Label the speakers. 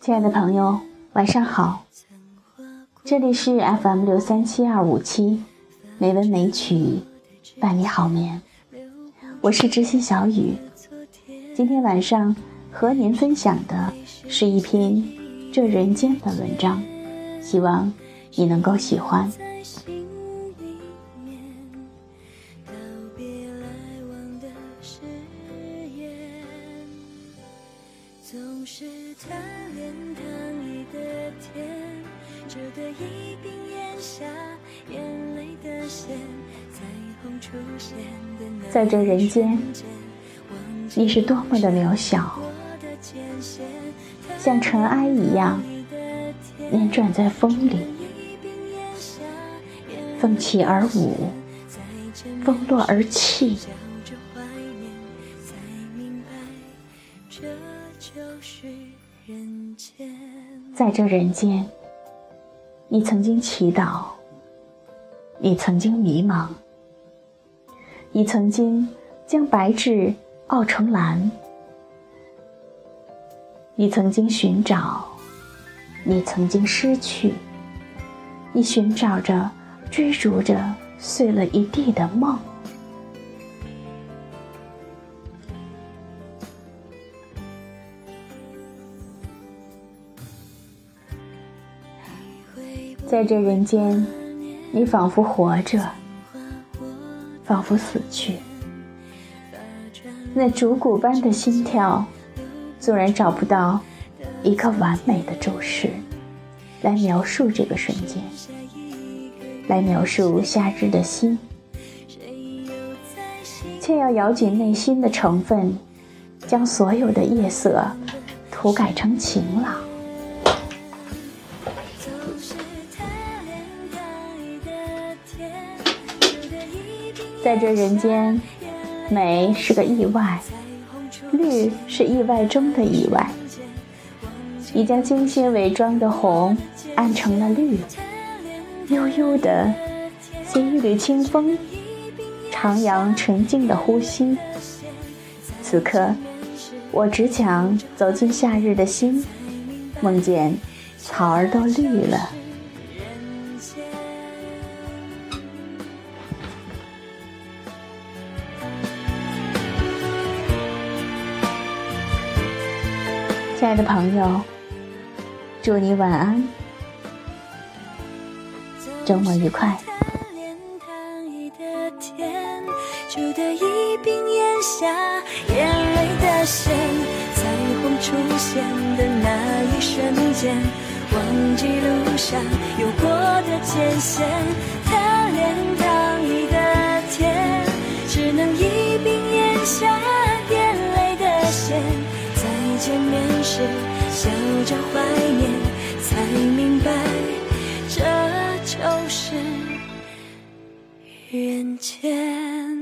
Speaker 1: 亲爱的朋友，晚上好，这里是 FM637257美文美曲伴你好眠，我是知心小雨。今天晚上和您分享的是一篇这人间的文章，希望你能够喜欢。
Speaker 2: 总是贪恋糖衣的甜，就得一并咽下眼泪的咸，彩虹出现的那
Speaker 1: 在这人间，你是多么的渺小，像尘埃一样连转在风里，风起而舞，风落而泣。在这人间，你曾经祈祷，你曾经迷茫，你曾经将白纸熬成蓝，你曾经寻找，你曾经失去，你寻找着，追逐着碎了一地的梦。在这人间，你仿佛活着，仿佛死去。那烛骨般的心跳，纵然找不到一个完美的注释来描述这个瞬间，来描述夏日的心，却要咬紧内心的成分，将所有的夜色涂改成晴朗。在这人间，美是个意外，绿是意外中的意外。你将精心伪装的红暗成了绿，悠悠的随一缕清风徜徉纯净的呼吸。此刻我只想走进夏日的心，梦见草儿都绿了。亲爱的朋友，祝你晚安，周末愉快。
Speaker 2: 就得一并咽下眼泪的咸，彩虹出现的那一瞬间，忘记路上有过的艰险，贪恋糖衣的甜，只能一并咽下眼泪的咸，再见面时笑着怀念，才明白这就是人间。